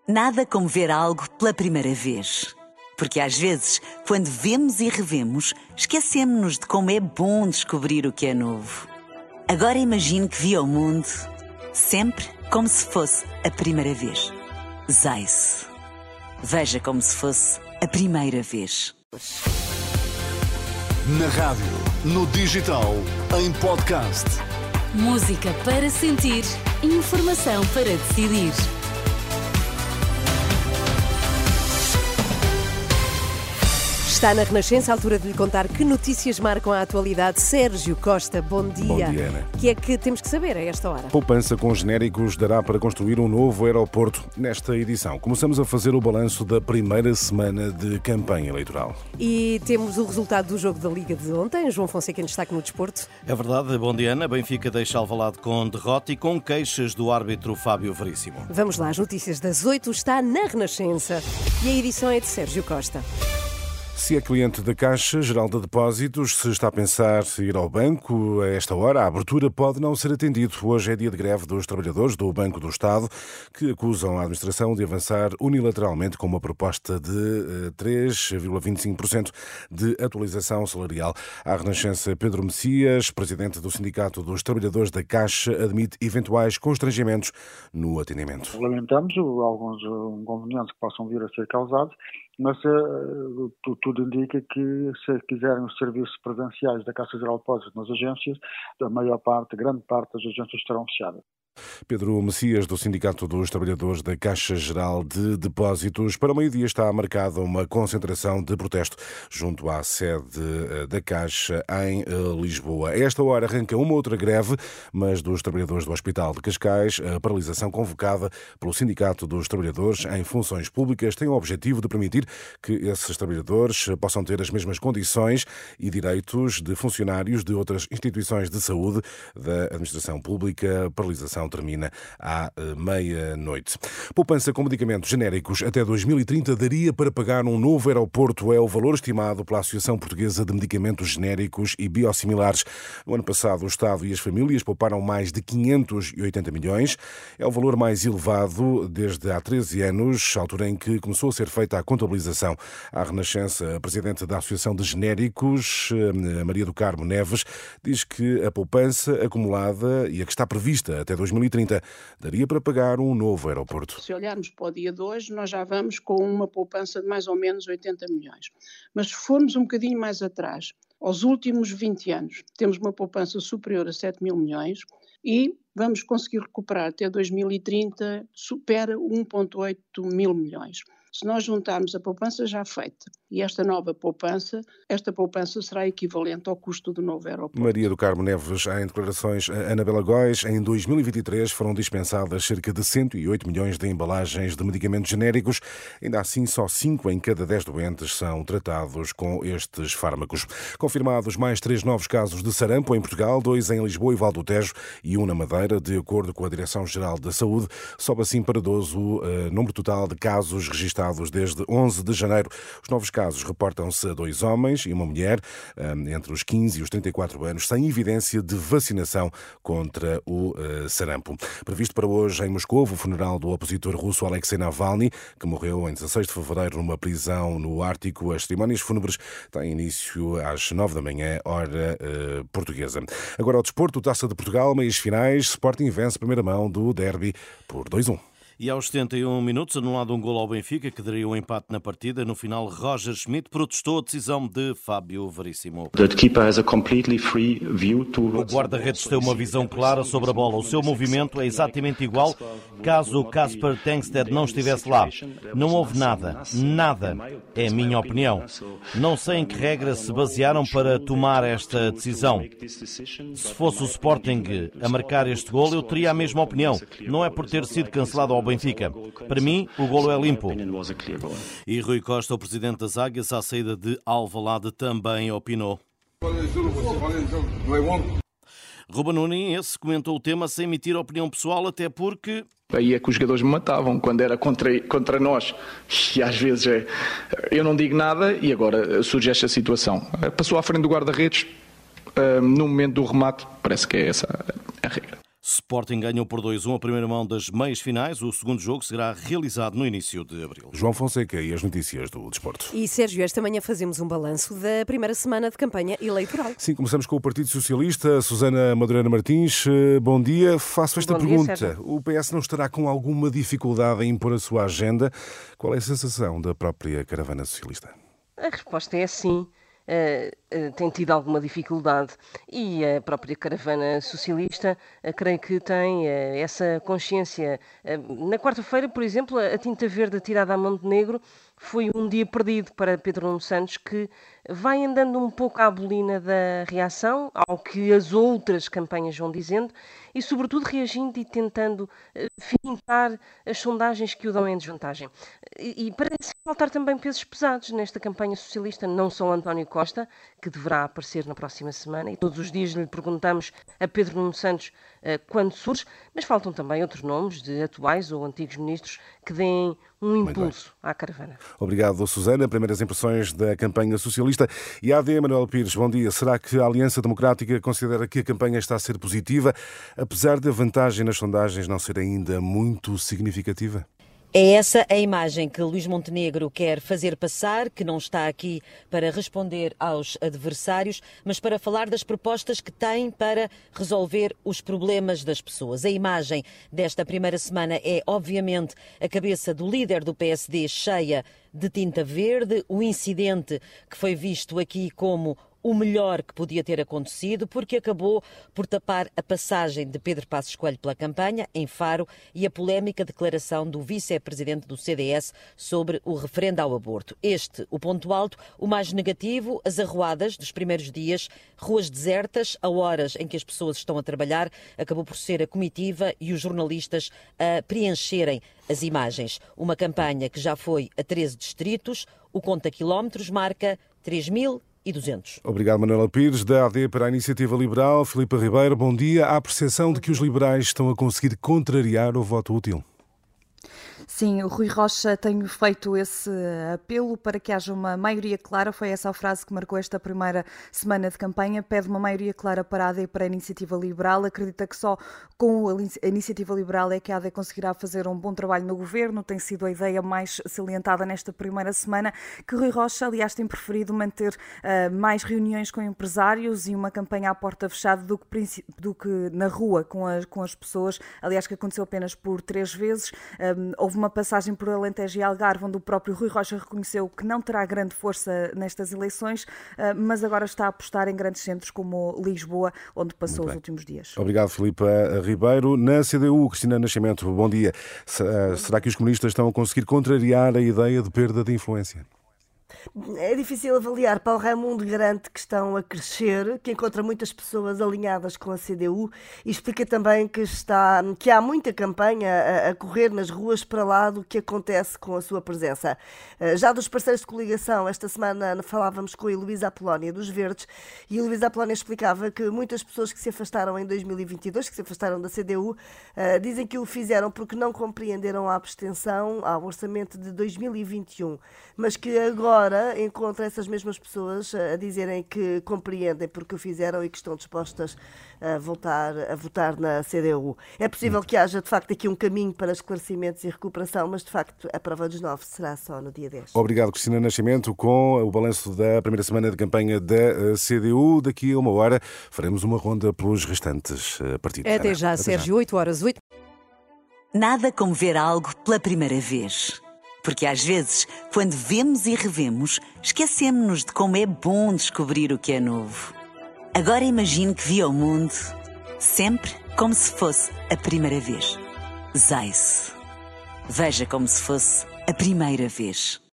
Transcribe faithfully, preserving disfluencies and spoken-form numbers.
Nada como ver algo pela primeira vez. Porque às vezes, quando vemos e revemos, esquecemos-nos de como é bom descobrir o que é novo. Agora imagine que viu o mundo sempre como se fosse a primeira vez. Zais. Veja como se fosse a primeira vez. Na rádio, no digital, em podcast. Música para sentir, informação para decidir. Está na Renascença, a altura de lhe contar que notícias marcam a atualidade. Sérgio Costa, bom dia. Bom dia, Ana. O que é que temos que saber a esta hora? Poupança com genéricos dará para construir um novo aeroporto. Nesta edição, começamos a fazer o balanço da primeira semana de campanha eleitoral. E temos o resultado do jogo da Liga de ontem. João Fonseca em destaque no desporto. É verdade, bom dia, Ana. Benfica deixa Alvalade com derrota e com queixas do árbitro Fábio Veríssimo. Vamos lá, as notícias das oito está na Renascença. E a edição é de Sérgio Costa. Se é cliente da Caixa Geral de Depósitos, se está a pensar em ir ao banco, a esta hora a abertura pode não ser atendido. Hoje é dia de greve dos trabalhadores do Banco do Estado, que acusam a administração de avançar unilateralmente com uma proposta de três vírgula vinte e cinco por cento de atualização salarial. A Renascença, Pedro Messias, presidente do Sindicato dos Trabalhadores da Caixa, admite eventuais constrangimentos no atendimento. Lamentamos alguns inconvenientes que possam vir a ser causados, mas uh, tudo indica que, se quiserem os serviços presenciais da Caixa Geral de Depósitos nas agências, a maior parte, grande parte das agências estarão fechadas. Pedro Messias, do Sindicato dos Trabalhadores da Caixa Geral de Depósitos. Para o meio-dia está marcada uma concentração de protesto junto à sede da Caixa em Lisboa. A esta hora arranca uma outra greve, mas dos trabalhadores do Hospital de Cascais. A paralisação convocada pelo Sindicato dos Trabalhadores em Funções Públicas tem o objetivo de permitir que esses trabalhadores possam ter as mesmas condições e direitos de funcionários de outras instituições de saúde da administração pública. A paralisação termina à meia-noite. Poupança com medicamentos genéricos até dois mil e trinta daria para pagar um novo aeroporto. É o valor estimado pela Associação Portuguesa de Medicamentos Genéricos e Biosimilares. No ano passado, o Estado e as famílias pouparam mais de quinhentos e oitenta milhões. É o valor mais elevado desde há treze anos, altura em que começou a ser feita a contabilização. A Renascença, a presidente da Associação de Genéricos, Maria do Carmo Neves, diz que a poupança acumulada e a que está prevista até dois mil e trinta daria para pagar um novo aeroporto. Se olharmos para o dia de hoje, nós já vamos com uma poupança de mais ou menos oitenta milhões. Mas se formos um bocadinho mais atrás, aos últimos vinte anos, temos uma poupança superior a sete mil milhões e vamos conseguir recuperar até dois mil e trinta, supera um vírgula oito mil milhões. Se nós juntarmos a poupança já feita e esta nova poupança, esta poupança será equivalente ao custo do novo aeroporto. Maria do Carmo Neves, em declarações a Anabela Góis, em dois mil e vinte e três foram dispensadas cerca de cento e oito milhões de embalagens de medicamentos genéricos. Ainda assim, só cinco em cada dez doentes são tratados com estes fármacos. Confirmados mais três novos casos de sarampo em Portugal, dois em Lisboa e Val do Tejo e um na Madeira. De acordo com a Direção-Geral da Saúde, sobe assim para doze o uh, número total de casos registados desde onze de janeiro. Os novos casos reportam-se a dois homens e uma mulher, entre os quinze e os trinta e quatro anos, sem evidência de vacinação contra o uh, sarampo. Previsto para hoje em Moscou, o funeral do opositor russo Alexei Navalny, que morreu em dezasseis de fevereiro numa prisão no Ártico. As cerimónias fúnebres têm início às nove da manhã, hora uh, portuguesa. Agora ao desporto, Taça de Portugal, meias finais, Sporting vence primeira mão do derby por dois a um. E aos setenta e um minutos, anulado um golo ao Benfica, que daria o um empate na partida. No final, Roger Schmidt protestou a decisão de Fábio Veríssimo. O guarda-redes tem uma visão clara sobre a bola. O seu movimento é exatamente igual caso o Casper Tengsted não estivesse lá. Não houve nada, nada. É a minha opinião. Não sei em que regra se basearam para tomar esta decisão. Se fosse o Sporting a marcar este golo, eu teria a mesma opinião. Não é por ter sido cancelado ao Benfica. Para mim, o golo é limpo. E Rui Costa, o presidente das Águias, à saída de Alvalade, também opinou. Ruben Nunes comentou o tema sem emitir opinião pessoal, até porque... Aí é que os jogadores me matavam, quando era contra, contra nós. E às vezes é, eu não digo nada e agora surge esta situação. Passou à frente do guarda-redes, no momento do remate, parece que é essa a regra. Sporting ganhou por dois a um a primeira mão das meias finais. O segundo jogo será realizado no início de abril. João Fonseca e as notícias do desporto. E Sérgio, esta manhã fazemos um balanço da primeira semana de campanha eleitoral. Sim, começamos com o Partido Socialista. Susana Madureira Martins, bom dia. Faço esta bom pergunta. Dia, o P S não estará com alguma dificuldade em impor a sua agenda? Qual é a sensação da própria caravana socialista? A resposta é sim. Uh, uh, tem tido alguma dificuldade e a própria caravana socialista uh, creio que tem uh, essa consciência. Uh, na quarta-feira, por exemplo, a tinta verde atirada a Montenegro foi um dia perdido para Pedro Nuno Santos, que vai andando um pouco à bolina da reação ao que as outras campanhas vão dizendo e, sobretudo, reagindo e tentando uh, fintar as sondagens que o dão em desvantagem. E, e parece faltar também pesos pesados nesta campanha socialista, não só António Costa, que deverá aparecer na próxima semana, e todos os dias lhe perguntamos a Pedro Nuno Santos uh, quando surge, mas faltam também outros nomes de atuais ou antigos ministros que deem um impulso à caravana. Obrigado, Susana. Primeiras impressões da campanha socialista. E a AD, Manuel Pires, bom dia. Será que a Aliança Democrática considera que a campanha está a ser positiva, apesar da vantagem nas sondagens não ser ainda muito significativa? É essa a imagem que Luís Montenegro quer fazer passar, que não está aqui para responder aos adversários, mas para falar das propostas que tem para resolver os problemas das pessoas. A imagem desta primeira semana é, obviamente, a cabeça do líder do P S D cheia de tinta verde, o incidente que foi visto aqui como o melhor que podia ter acontecido, porque acabou por tapar a passagem de Pedro Passos Coelho pela campanha, em Faro, e a polémica declaração do vice-presidente do C D S sobre o referendo ao aborto. Este, o ponto alto, o mais negativo, as arruadas dos primeiros dias, ruas desertas, a horas em que as pessoas estão a trabalhar, acabou por ser a comitiva e os jornalistas a preencherem as imagens. Uma campanha que já foi a treze distritos, o conta quilómetros marca três mil e duzentos. Obrigado, Manuela Pires. Da A D para a Iniciativa Liberal, Filipe Ribeiro, bom dia. Há a percepção de que os liberais estão a conseguir contrariar o voto útil? Sim, o Rui Rocha tem feito esse apelo para que haja uma maioria clara. Foi essa a frase que marcou esta primeira semana de campanha. Pede uma maioria clara para a AD e para a Iniciativa Liberal. Acredita que só com a Iniciativa Liberal é que a AD conseguirá fazer um bom trabalho no governo. Tem sido a ideia mais salientada nesta primeira semana, que Rui Rocha, aliás, tem preferido manter uh, mais reuniões com empresários e uma campanha à porta fechada do que, do que na rua com as, com as pessoas. Aliás, que aconteceu apenas por três vezes. Um, houve uma passagem por Alentejo e Algarve, onde o próprio Rui Rocha reconheceu que não terá grande força nestas eleições, mas agora está a apostar em grandes centros como Lisboa, onde passou os últimos dias. Obrigado, Filipe Ribeiro. Na C D U, Cristina Nascimento, bom dia. Será que os comunistas estão a conseguir contrariar a ideia de perda de influência? É difícil avaliar. Paulo Raimundo garante que estão a crescer, que encontra muitas pessoas alinhadas com a C D U e explica também que, está, que há muita campanha a, a correr nas ruas para lá do que acontece com a sua presença. Já dos parceiros de coligação, esta semana falávamos com a Heloísa Apolónia dos Verdes e a Heloísa Apolónia explicava que muitas pessoas que se afastaram em dois mil e vinte e dois, que se afastaram da C D U, uh, dizem que o fizeram porque não compreenderam a abstenção ao orçamento de dois mil e vinte e um, mas que agora encontra essas mesmas pessoas a dizerem que compreendem porque o fizeram e que estão dispostas a voltar a votar na C D U. É possível que haja, de facto, aqui um caminho para esclarecimentos e recuperação, mas, de facto, a prova dos nove será só no dia dez. Obrigado, Cristina Nascimento, com o balanço da primeira semana de campanha da C D U. Daqui a uma hora faremos uma ronda pelos restantes partidos. Até já, Até Sérgio, oito horas, oito. Nada como ver algo pela primeira vez. Porque às vezes, quando vemos e revemos, esquecemos-nos de como é bom descobrir o que é novo. Agora imagine que viu o mundo sempre como se fosse a primeira vez. Zais. Veja como se fosse a primeira vez.